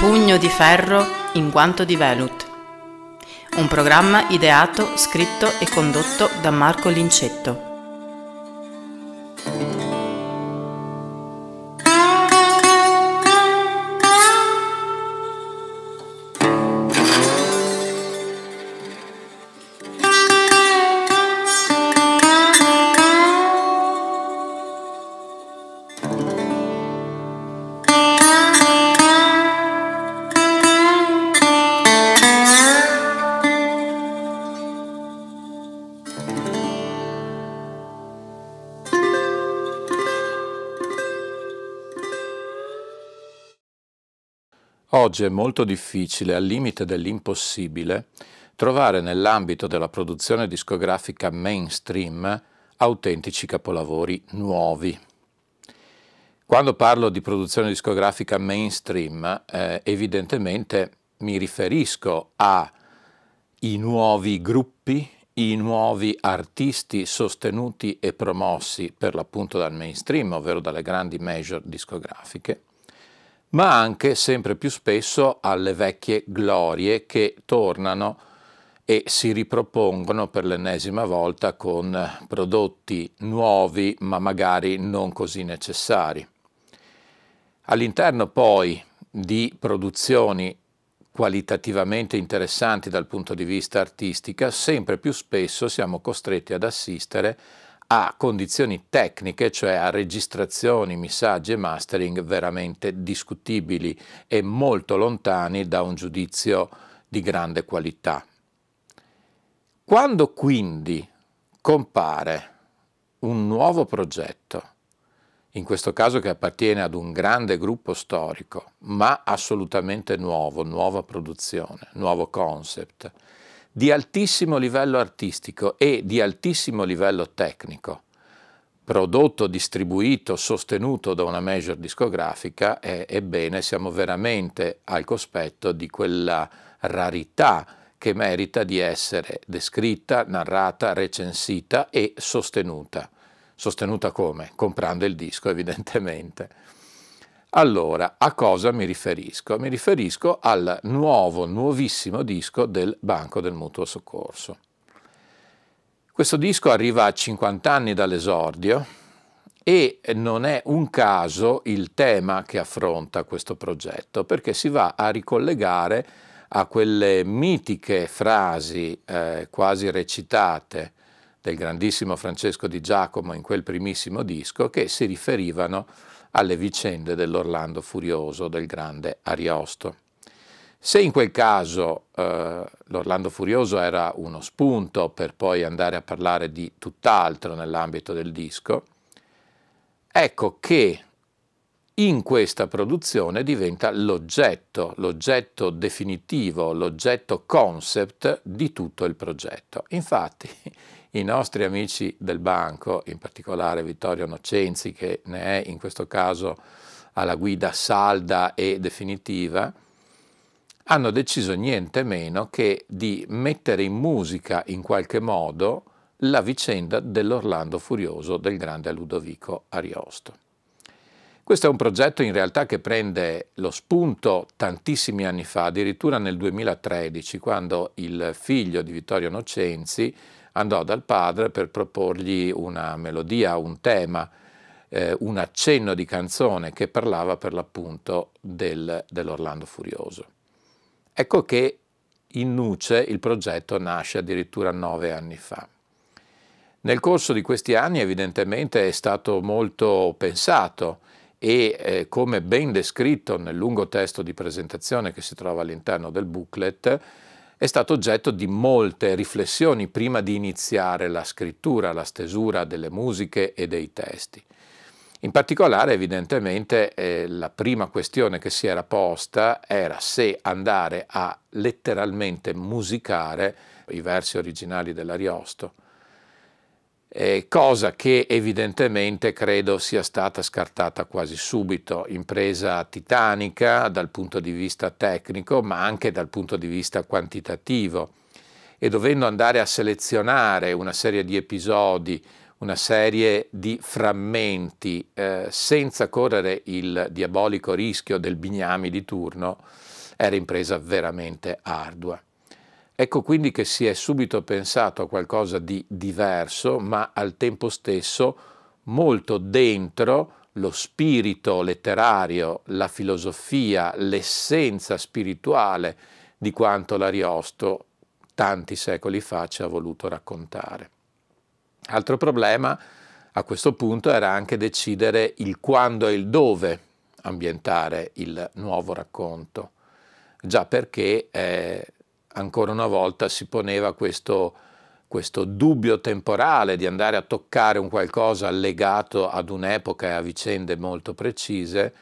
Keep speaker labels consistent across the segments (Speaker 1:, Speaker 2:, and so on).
Speaker 1: Pugno di ferro in guanto di velut. Un programma ideato, scritto e condotto da Marco Lincetto.
Speaker 2: Oggi è molto difficile, al limite dell'impossibile, trovare nell'ambito della produzione discografica mainstream autentici capolavori nuovi. Quando parlo di produzione discografica mainstream, evidentemente mi riferisco ai nuovi gruppi, i nuovi artisti sostenuti e promossi per l'appunto dal mainstream, ovvero dalle grandi major discografiche, ma anche sempre più spesso alle vecchie glorie che tornano e si ripropongono per l'ennesima volta con prodotti nuovi ma magari non così necessari. All'interno poi di produzioni qualitativamente interessanti dal punto di vista artistico, sempre più spesso siamo costretti ad assistere a condizioni tecniche, cioè a registrazioni, missaggi e mastering veramente discutibili e molto lontani da un giudizio di grande qualità. Quando quindi compare un nuovo progetto, in questo caso che appartiene ad un grande gruppo storico, ma assolutamente nuovo, nuova produzione, nuovo concept, di altissimo livello artistico e di altissimo livello tecnico, prodotto, distribuito, sostenuto da una major discografica, ebbene siamo veramente al cospetto di quella rarità che merita di essere descritta, narrata, recensita e sostenuta. Sostenuta come? Comprando il disco, evidentemente. Allora, a cosa mi riferisco? Mi riferisco al nuovissimo disco del Banco del Mutuo Soccorso. Questo disco arriva a 50 anni dall'esordio e non è un caso il tema che affronta questo progetto, perché si va a ricollegare a quelle mitiche frasi quasi recitate del grandissimo Francesco Di Giacomo in quel primissimo disco, che si riferivano alle vicende dell'Orlando Furioso del grande Ariosto. Se in quel caso l'Orlando Furioso era uno spunto per poi andare a parlare di tutt'altro nell'ambito del disco, ecco che in questa produzione diventa l'oggetto definitivo, l'oggetto concept di tutto il progetto. Infatti i nostri amici del banco, in particolare Vittorio Nocenzi, che ne è in questo caso alla guida salda e definitiva, hanno deciso niente meno che di mettere in musica in qualche modo la vicenda dell'Orlando Furioso del grande Ludovico Ariosto. Questo è un progetto in realtà che prende lo spunto tantissimi anni fa, addirittura nel 2013, quando il figlio di Vittorio Nocenzi andò dal padre per proporgli una melodia, un tema, un accenno di canzone che parlava per l'appunto dell'Orlando Furioso. Ecco che in nuce il progetto nasce addirittura 9 anni fa. Nel corso di questi anni evidentemente è stato molto pensato e come ben descritto nel lungo testo di presentazione che si trova all'interno del booklet, è stato oggetto di molte riflessioni prima di iniziare la scrittura, la stesura delle musiche e dei testi. In particolare, evidentemente, la prima questione che si era posta era se andare a letteralmente musicare i versi originali dell'Ariosto, cosa che evidentemente credo sia stata scartata quasi subito, impresa titanica dal punto di vista tecnico ma anche dal punto di vista quantitativo, e dovendo andare a selezionare una serie di episodi, una serie di frammenti senza correre il diabolico rischio del bignami di turno, era impresa veramente ardua. Ecco quindi che si è subito pensato a qualcosa di diverso, ma al tempo stesso molto dentro lo spirito letterario, la filosofia, l'essenza spirituale di quanto l'Ariosto tanti secoli fa ci ha voluto raccontare. Altro problema a questo punto era anche decidere il quando e il dove ambientare il nuovo racconto, già perché ancora una volta si poneva questo dubbio temporale di andare a toccare un qualcosa legato ad un'epoca e a vicende molto precise,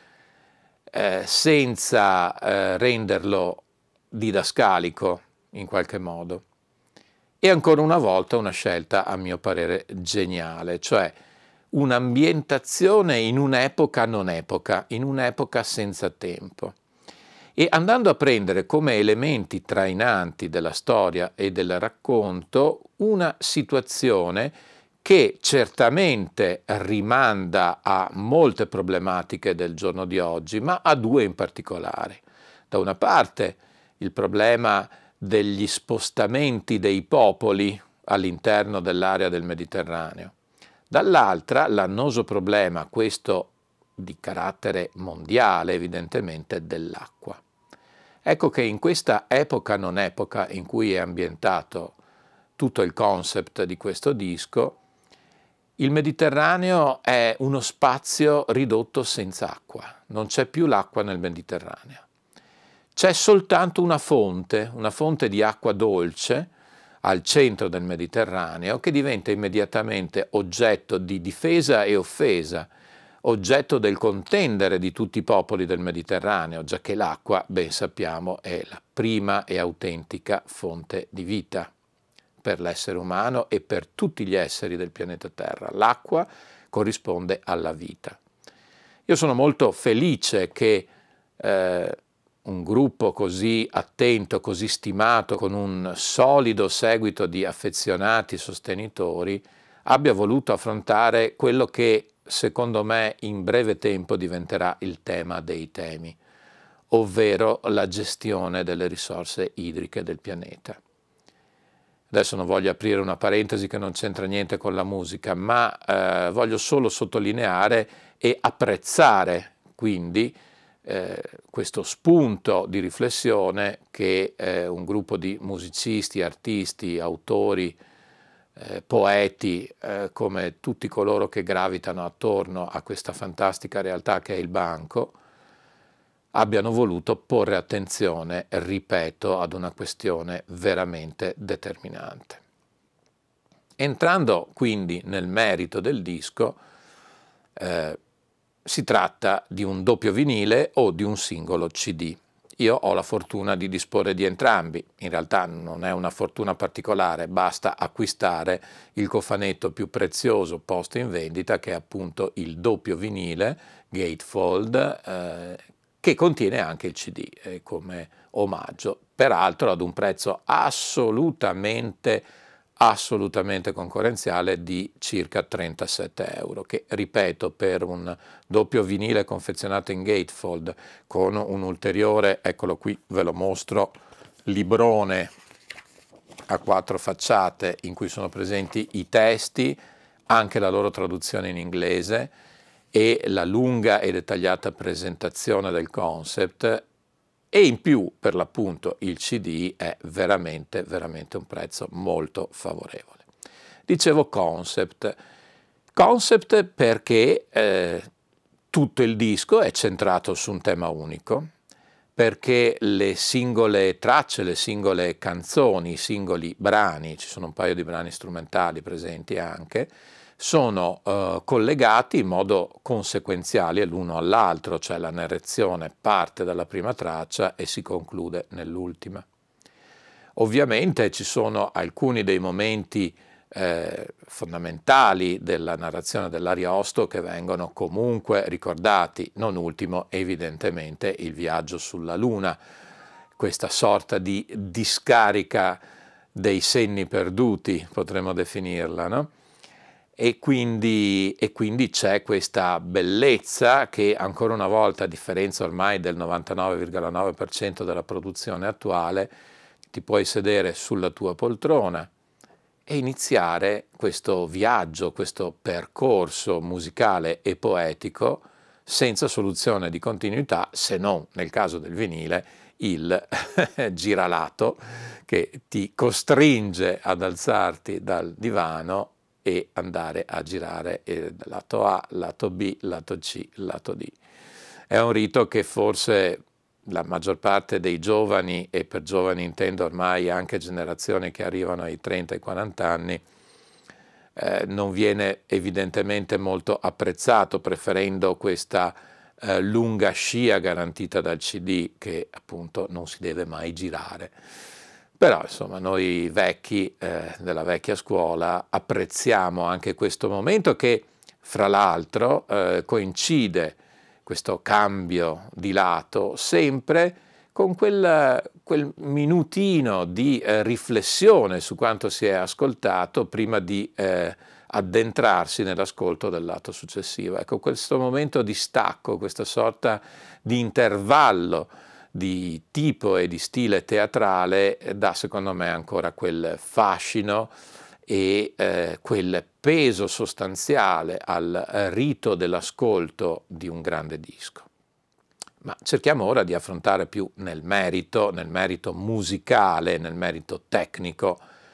Speaker 2: senza renderlo didascalico in qualche modo. E ancora una volta una scelta, a mio parere, geniale, cioè un'ambientazione in un'epoca non epoca, in un'epoca senza tempo. E andando a prendere come elementi trainanti della storia e del racconto una situazione che certamente rimanda a molte problematiche del giorno di oggi, ma a due in particolare. Da una parte il problema degli spostamenti dei popoli all'interno dell'area del Mediterraneo, dall'altra l'annoso problema, questo di carattere mondiale evidentemente, dell'acqua. Ecco che in questa epoca non epoca in cui è ambientato tutto il concept di questo disco, il Mediterraneo è uno spazio ridotto senza acqua, non c'è più l'acqua nel Mediterraneo. C'è soltanto una fonte di acqua dolce al centro del Mediterraneo che diventa immediatamente oggetto di difesa e offesa, oggetto del contendere di tutti i popoli del Mediterraneo, giacché l'acqua, ben sappiamo, è la prima e autentica fonte di vita per l'essere umano e per tutti gli esseri del pianeta Terra. L'acqua corrisponde alla vita. Io sono molto felice che un gruppo così attento, così stimato, con un solido seguito di affezionati sostenitori, abbia voluto affrontare quello che, secondo me, in breve tempo diventerà il tema dei temi, ovvero la gestione delle risorse idriche del pianeta. Adesso non voglio aprire una parentesi che non c'entra niente con la musica, ma voglio solo sottolineare e apprezzare quindi questo spunto di riflessione che un gruppo di musicisti, artisti, autori, poeti, come tutti coloro che gravitano attorno a questa fantastica realtà che è il banco, abbiano voluto porre attenzione, ripeto, ad una questione veramente determinante. Entrando quindi nel merito del disco, si tratta di un doppio vinile o di un singolo CD. Io ho la fortuna di disporre di entrambi, in realtà non è una fortuna particolare, basta acquistare il cofanetto più prezioso posto in vendita, che è appunto il doppio vinile Gatefold, che contiene anche il CD come omaggio, peraltro ad un prezzo assolutamente concorrenziale di circa 37 euro, che ripeto, per un doppio vinile confezionato in gatefold con un ulteriore, eccolo qui, ve lo mostro, librone a 4 facciate in cui sono presenti i testi, anche la loro traduzione in inglese e la lunga e dettagliata presentazione del concept, e in più, per l'appunto, il CD è veramente un prezzo molto favorevole. Dicevo concept perché tutto il disco è centrato su un tema unico, perché le singole tracce, le singole canzoni, i singoli brani, ci sono un paio di brani strumentali presenti anche, sono collegati in modo conseguenziale l'uno all'altro, cioè la narrazione parte dalla prima traccia e si conclude nell'ultima. Ovviamente ci sono alcuni dei momenti fondamentali della narrazione dell'Ariosto che vengono comunque ricordati, non ultimo evidentemente il viaggio sulla Luna, questa sorta di discarica dei senni perduti, potremmo definirla, no? e quindi c'è questa bellezza che ancora una volta, a differenza ormai del 99,9% della produzione attuale, ti puoi sedere sulla tua poltrona e iniziare questo viaggio, questo percorso musicale e poetico senza soluzione di continuità, se non, nel caso del vinile, il giralato che ti costringe ad alzarti dal divano e andare a girare lato A, lato B, lato C, lato D. È un rito che forse la maggior parte dei giovani, e per giovani intendo ormai anche generazioni che arrivano ai 30 e 40 anni, non viene evidentemente molto apprezzato, preferendo questa lunga scia garantita dal CD che appunto non si deve mai girare. Però insomma noi vecchi della vecchia scuola apprezziamo anche questo momento che fra l'altro coincide, questo cambio di lato, sempre con quel minutino di riflessione su quanto si è ascoltato prima di addentrarsi nell'ascolto del lato successivo. Ecco, questo momento di stacco, questa sorta di intervallo di tipo e di stile teatrale dà secondo me ancora quel fascino e quel peso sostanziale al rito dell'ascolto di un grande disco. Ma cerchiamo ora di affrontare più nel merito musicale, nel merito tecnico,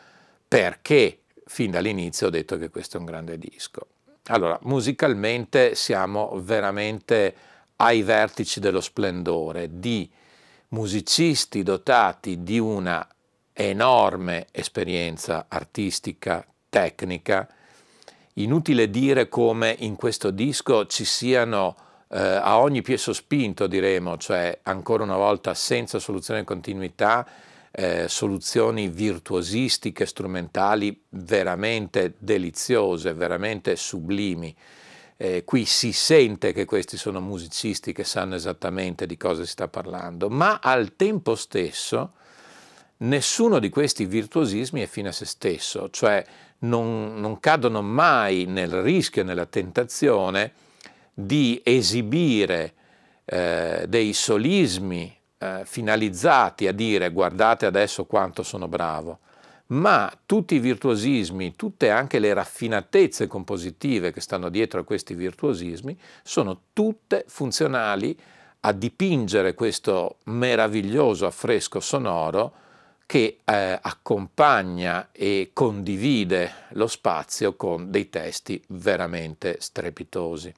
Speaker 2: perché fin dall'inizio ho detto che questo è un grande disco. Allora, musicalmente siamo veramente ai vertici dello splendore di musicisti dotati di una enorme esperienza artistica, tecnica. Inutile dire come in questo disco ci siano a ogni piè sospinto, diremo, cioè ancora una volta senza soluzione di continuità, soluzioni virtuosistiche, strumentali veramente deliziose, veramente sublimi. Qui si sente che questi sono musicisti che sanno esattamente di cosa si sta parlando, ma al tempo stesso nessuno di questi virtuosismi è fine a se stesso, cioè non cadono mai nel rischio e nella tentazione di esibire dei solismi finalizzati a dire guardate adesso quanto sono bravo, ma tutti i virtuosismi, tutte anche le raffinatezze compositive che stanno dietro a questi virtuosismi sono tutte funzionali a dipingere questo meraviglioso affresco sonoro che accompagna e condivide lo spazio con dei testi veramente strepitosi.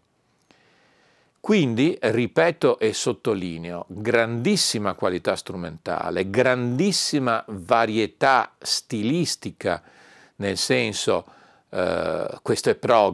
Speaker 2: Quindi, ripeto e sottolineo, grandissima qualità strumentale, grandissima varietà stilistica, nel senso, questo è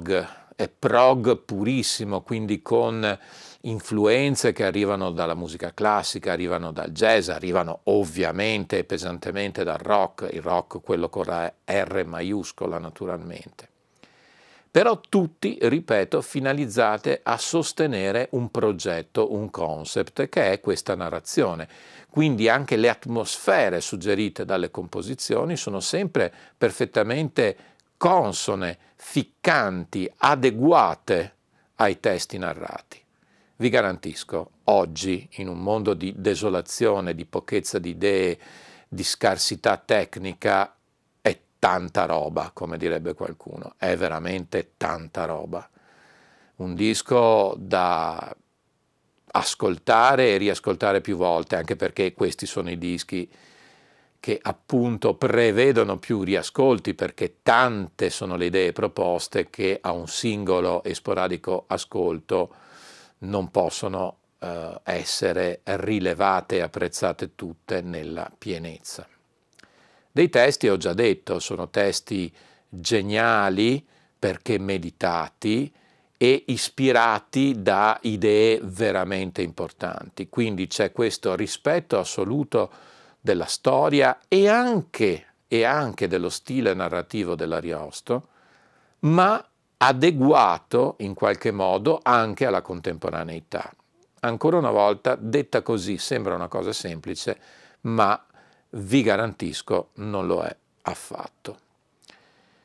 Speaker 2: prog purissimo, quindi con influenze che arrivano dalla musica classica, arrivano dal jazz, arrivano ovviamente e pesantemente dal rock, il rock quello con la R maiuscola naturalmente. Però tutti, ripeto, finalizzate a sostenere un progetto, un concept, che è questa narrazione. Quindi anche le atmosfere suggerite dalle composizioni sono sempre perfettamente consone, ficcanti, adeguate ai testi narrati. Vi garantisco, oggi, in un mondo di desolazione, di pochezza di idee, di scarsità tecnica, tanta roba, come direbbe qualcuno, è veramente tanta roba. Un disco da ascoltare e riascoltare più volte, anche perché questi sono i dischi che appunto prevedono più riascolti, perché tante sono le idee proposte che a un singolo e sporadico ascolto non possono essere rilevate e apprezzate tutte nella pienezza. Dei testi, ho già detto, sono testi geniali perché meditati e ispirati da idee veramente importanti. Quindi c'è questo rispetto assoluto della storia e anche dello stile narrativo dell'Ariosto, ma adeguato in qualche modo anche alla contemporaneità. Ancora una volta, detta così, sembra una cosa semplice, ma vi garantisco non lo è affatto.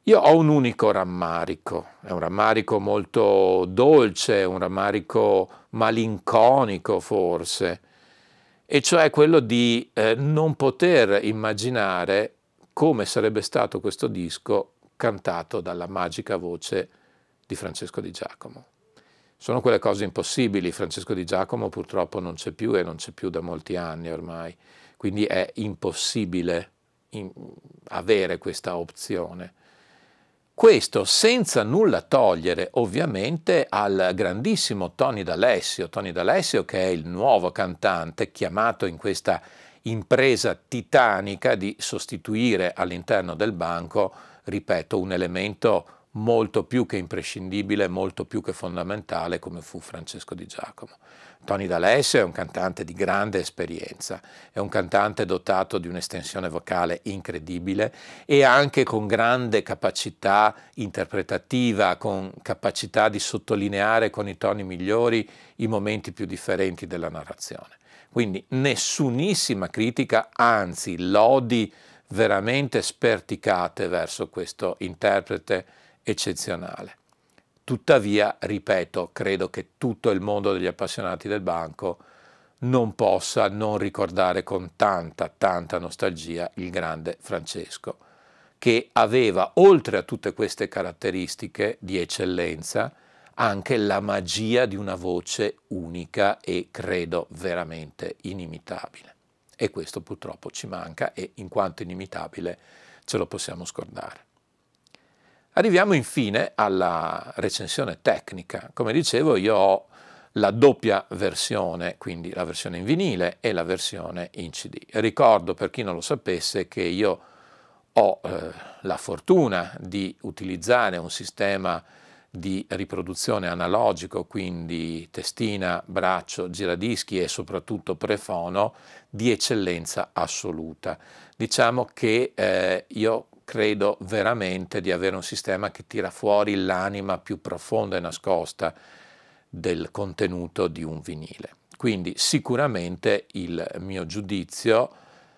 Speaker 2: Io ho un unico rammarico, è un rammarico molto dolce, un rammarico malinconico forse, e cioè quello di non poter immaginare come sarebbe stato questo disco cantato dalla magica voce di Francesco Di Giacomo. Sono quelle cose impossibili, Francesco Di Giacomo purtroppo non c'è più e non c'è più da molti anni ormai, quindi è impossibile avere questa opzione. Questo senza nulla togliere ovviamente al grandissimo Tony D'Alessio che è il nuovo cantante chiamato in questa impresa titanica di sostituire all'interno del banco, ripeto, un elemento molto più che imprescindibile, molto più che fondamentale come fu Francesco Di Giacomo. Tony D'Alessio è un cantante di grande esperienza, è un cantante dotato di un'estensione vocale incredibile e anche con grande capacità interpretativa, con capacità di sottolineare con i toni migliori i momenti più differenti della narrazione. Quindi nessunissima critica, anzi lodi veramente sperticate verso questo interprete eccezionale. Tuttavia, ripeto, credo che tutto il mondo degli appassionati del banco non possa non ricordare con tanta nostalgia il grande Francesco, che aveva, oltre a tutte queste caratteristiche di eccellenza, anche la magia di una voce unica e credo veramente inimitabile. E questo purtroppo ci manca e in quanto inimitabile ce lo possiamo scordare. Arriviamo infine alla recensione tecnica. Come dicevo, io ho la doppia versione, quindi la versione in vinile e la versione in CD. Ricordo, per chi non lo sapesse, che io ho la fortuna di utilizzare un sistema di riproduzione analogico, quindi testina, braccio, giradischi e soprattutto prefono di eccellenza assoluta. Diciamo che io credo veramente di avere un sistema che tira fuori l'anima più profonda e nascosta del contenuto di un vinile. Quindi sicuramente il mio giudizio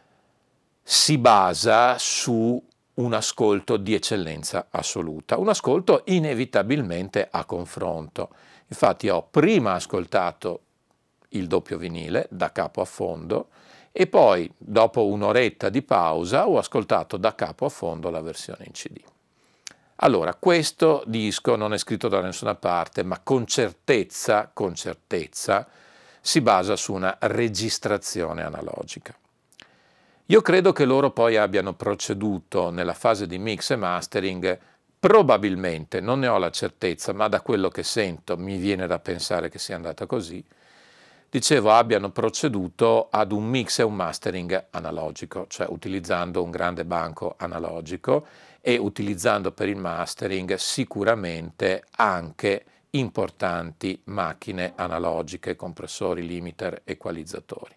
Speaker 2: si basa su un ascolto di eccellenza assoluta, un ascolto inevitabilmente a confronto. Infatti ho prima ascoltato il doppio vinile da capo a fondo e poi dopo un'oretta di pausa ho ascoltato da capo a fondo la versione in CD. Allora, questo disco non è scritto da nessuna parte, ma con certezza si basa su una registrazione analogica. Io credo che loro poi abbiano proceduto nella fase di mix e mastering, probabilmente, non ne ho la certezza, ma da quello che sento mi viene da pensare che sia andata così, dicevo abbiano proceduto ad un mix e un mastering analogico, cioè utilizzando un grande banco analogico e utilizzando per il mastering sicuramente anche importanti macchine analogiche, compressori, limiter, equalizzatori.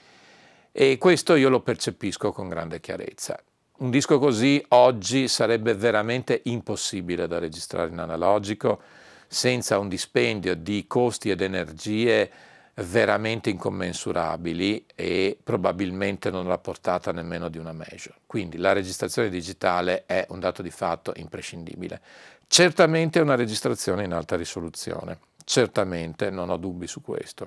Speaker 2: E questo io lo percepisco con grande chiarezza. Un disco così oggi sarebbe veramente impossibile da registrare in analogico senza un dispendio di costi ed energie veramente incommensurabili e probabilmente non alla portata nemmeno di una major. Quindi la registrazione digitale è un dato di fatto imprescindibile. Certamente è una registrazione in alta risoluzione, certamente, non ho dubbi su questo.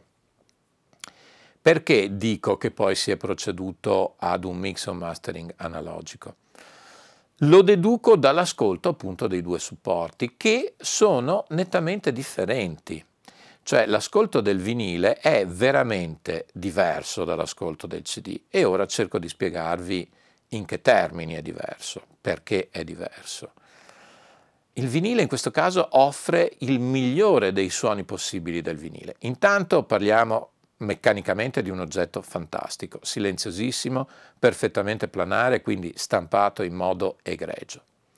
Speaker 2: Perché dico che poi si è proceduto ad un mix o mastering analogico? Lo deduco dall'ascolto appunto dei due supporti che sono nettamente differenti. Cioè l'ascolto del vinile è veramente diverso dall'ascolto del CD e ora cerco di spiegarvi in che termini è diverso, perché è diverso. Il vinile in questo caso offre il migliore dei suoni possibili del vinile. Intanto parliamo meccanicamente di un oggetto fantastico, silenziosissimo, perfettamente planare, quindi stampato in modo egregio.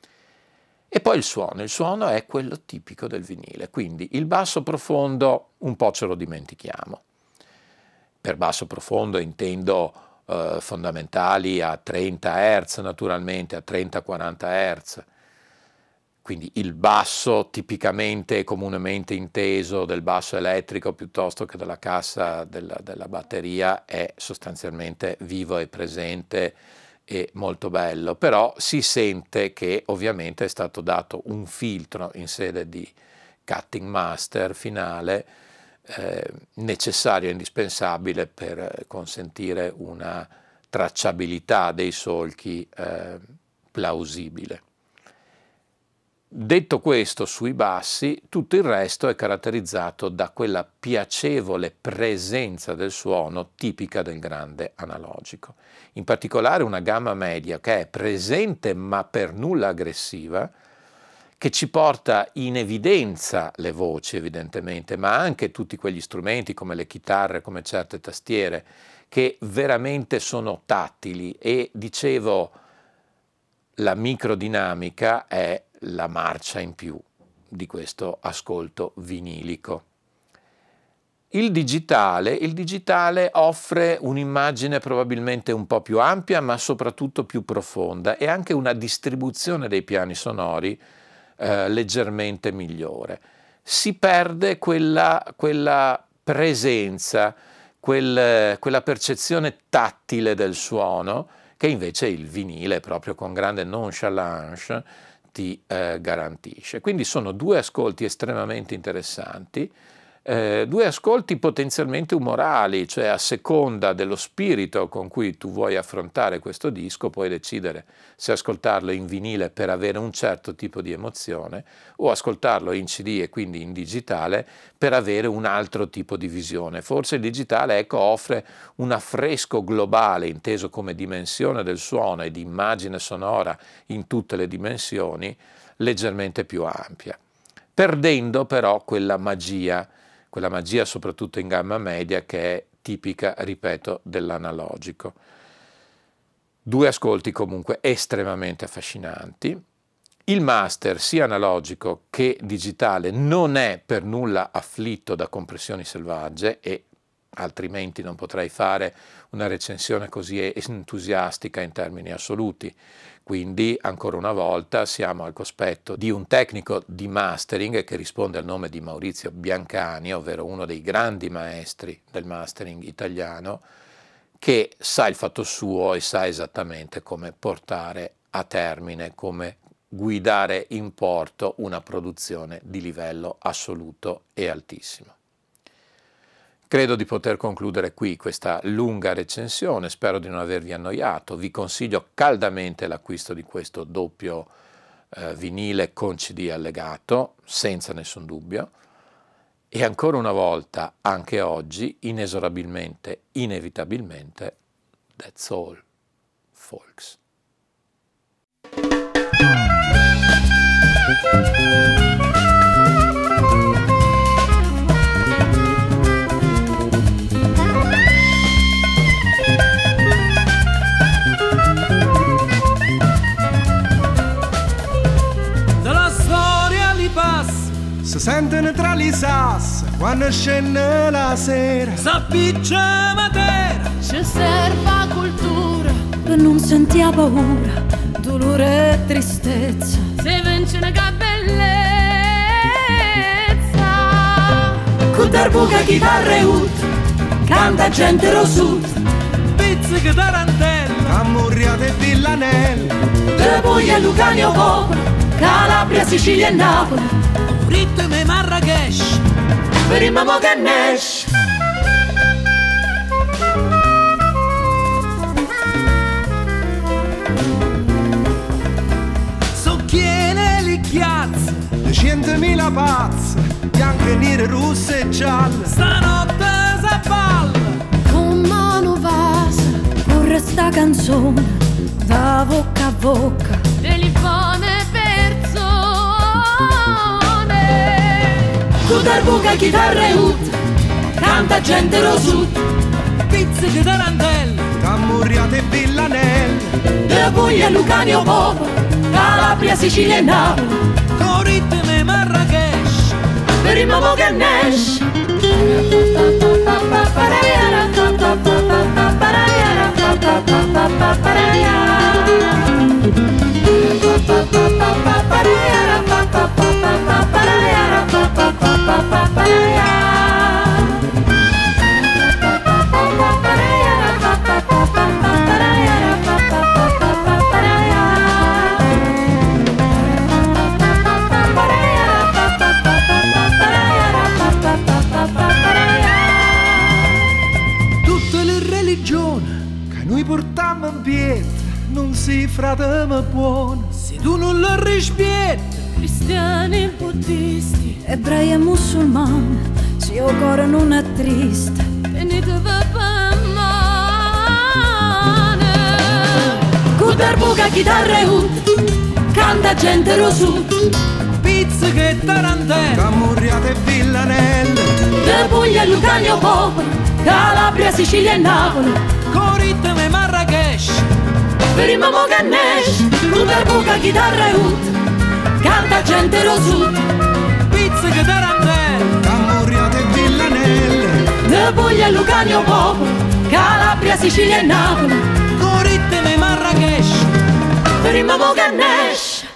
Speaker 2: E poi il suono è quello tipico del vinile, quindi il basso profondo un po' ce lo dimentichiamo. Per basso profondo intendo fondamentali a 30 Hz naturalmente, a 30-40 Hz, quindi il basso tipicamente e comunemente inteso del basso elettrico piuttosto che della cassa della batteria è sostanzialmente vivo e presente e molto bello, però si sente che ovviamente è stato dato un filtro in sede di cutting master finale necessario e indispensabile per consentire una tracciabilità dei solchi plausibile. Detto questo sui bassi, tutto il resto è caratterizzato da quella piacevole presenza del suono tipica del grande analogico. In particolare una gamma media che è presente ma per nulla aggressiva, che ci porta in evidenza le voci evidentemente, ma anche tutti quegli strumenti come le chitarre, come certe tastiere, che veramente sono tattili e, dicevo, la microdinamica è la marcia in più di questo ascolto vinilico. Il digitale offre un'immagine probabilmente un po' più ampia, ma soprattutto più profonda, e anche una distribuzione dei piani sonori leggermente migliore. Si perde quella presenza, quella percezione tattile del suono che invece il vinile, proprio con grande nonchalance, ti garantisce. Quindi sono due ascolti estremamente interessanti, due ascolti potenzialmente umorali, cioè a seconda dello spirito con cui tu vuoi affrontare questo disco puoi decidere se ascoltarlo in vinile per avere un certo tipo di emozione o ascoltarlo in CD e quindi in digitale per avere un altro tipo di visione. Forse il digitale, ecco, offre un affresco globale inteso come dimensione del suono e di immagine sonora in tutte le dimensioni leggermente più ampia, perdendo però quella magia soprattutto in gamma media che è tipica, ripeto, dell'analogico. Due ascolti comunque estremamente affascinanti. Il master, sia analogico che digitale, non è per nulla afflitto da compressioni selvagge e altrimenti non potrei fare una recensione così entusiastica in termini assoluti. Quindi, ancora una volta, siamo al cospetto di un tecnico di mastering che risponde al nome di Maurizio Biancani, ovvero uno dei grandi maestri del mastering italiano, che sa il fatto suo e sa esattamente come portare a termine, come guidare in porto una produzione di livello assoluto e altissimo. Credo di poter concludere qui questa lunga recensione, spero di non avervi annoiato. Vi consiglio caldamente l'acquisto di questo doppio vinile con CD allegato, senza nessun dubbio. E ancora una volta, anche oggi, inesorabilmente, inevitabilmente, that's all, folks.
Speaker 3: Si sentono tra le sassi quando scende la sera. S'appiccia Matera,
Speaker 4: ci serva cultura per non sentire paura, dolore e tristezza. Se vince una bellezza,
Speaker 5: con darbuca chitarra e ut, canta gente rosut,
Speaker 3: pizzica tarantella, ammurriate e villanella,
Speaker 5: de Puglia, Lucania o Popolo, Calabria, Sicilia e Napoli,
Speaker 3: ritmo e Marrakesh,
Speaker 5: per il Mamo Ganesh.
Speaker 3: Socchiene le chiazze, le 100.000 pazze, bianche, nere, rosse e gialle, stanotte s'abballa.
Speaker 4: con mano vasa, corre sta canzone, da bocca a bocca, telefone persone.
Speaker 5: Con darbuca, chitarra e ut, canta gente rosut,
Speaker 3: Pizzica tarantella, ammurriate e villanella,
Speaker 5: de Puglia, Lucania o Popolo, Calabria, Sicilia e Napoli,
Speaker 3: con ritmo e Marrakesh,
Speaker 5: per il Mamo Ganesh.
Speaker 3: religione che noi portiamo in piedi non si fratello buono se tu non lo rispetti.
Speaker 4: Cristiani e buddisti, ebrei e musulmani, se il cuore non è triste, venite per mano. Con darbuca, chitarra e ud, canta gente rosut,
Speaker 3: Pizza che tarantella, Camurriate e Villanelle,
Speaker 4: de Puglia e Lucania popolo, Calabria, Sicilia e Napoli,
Speaker 3: Coritme e Marrakesh,
Speaker 4: prima mo che nesce, con darbuca, chitarra e ud, canta gente rosut,
Speaker 3: Pizza che tarantella, Camurriate e Villanelle,
Speaker 4: de Puglia e Lucania popolo, Calabria, Sicilia e Napoli,
Speaker 3: Coritme e Marrakesh,
Speaker 4: prima mo che nesce.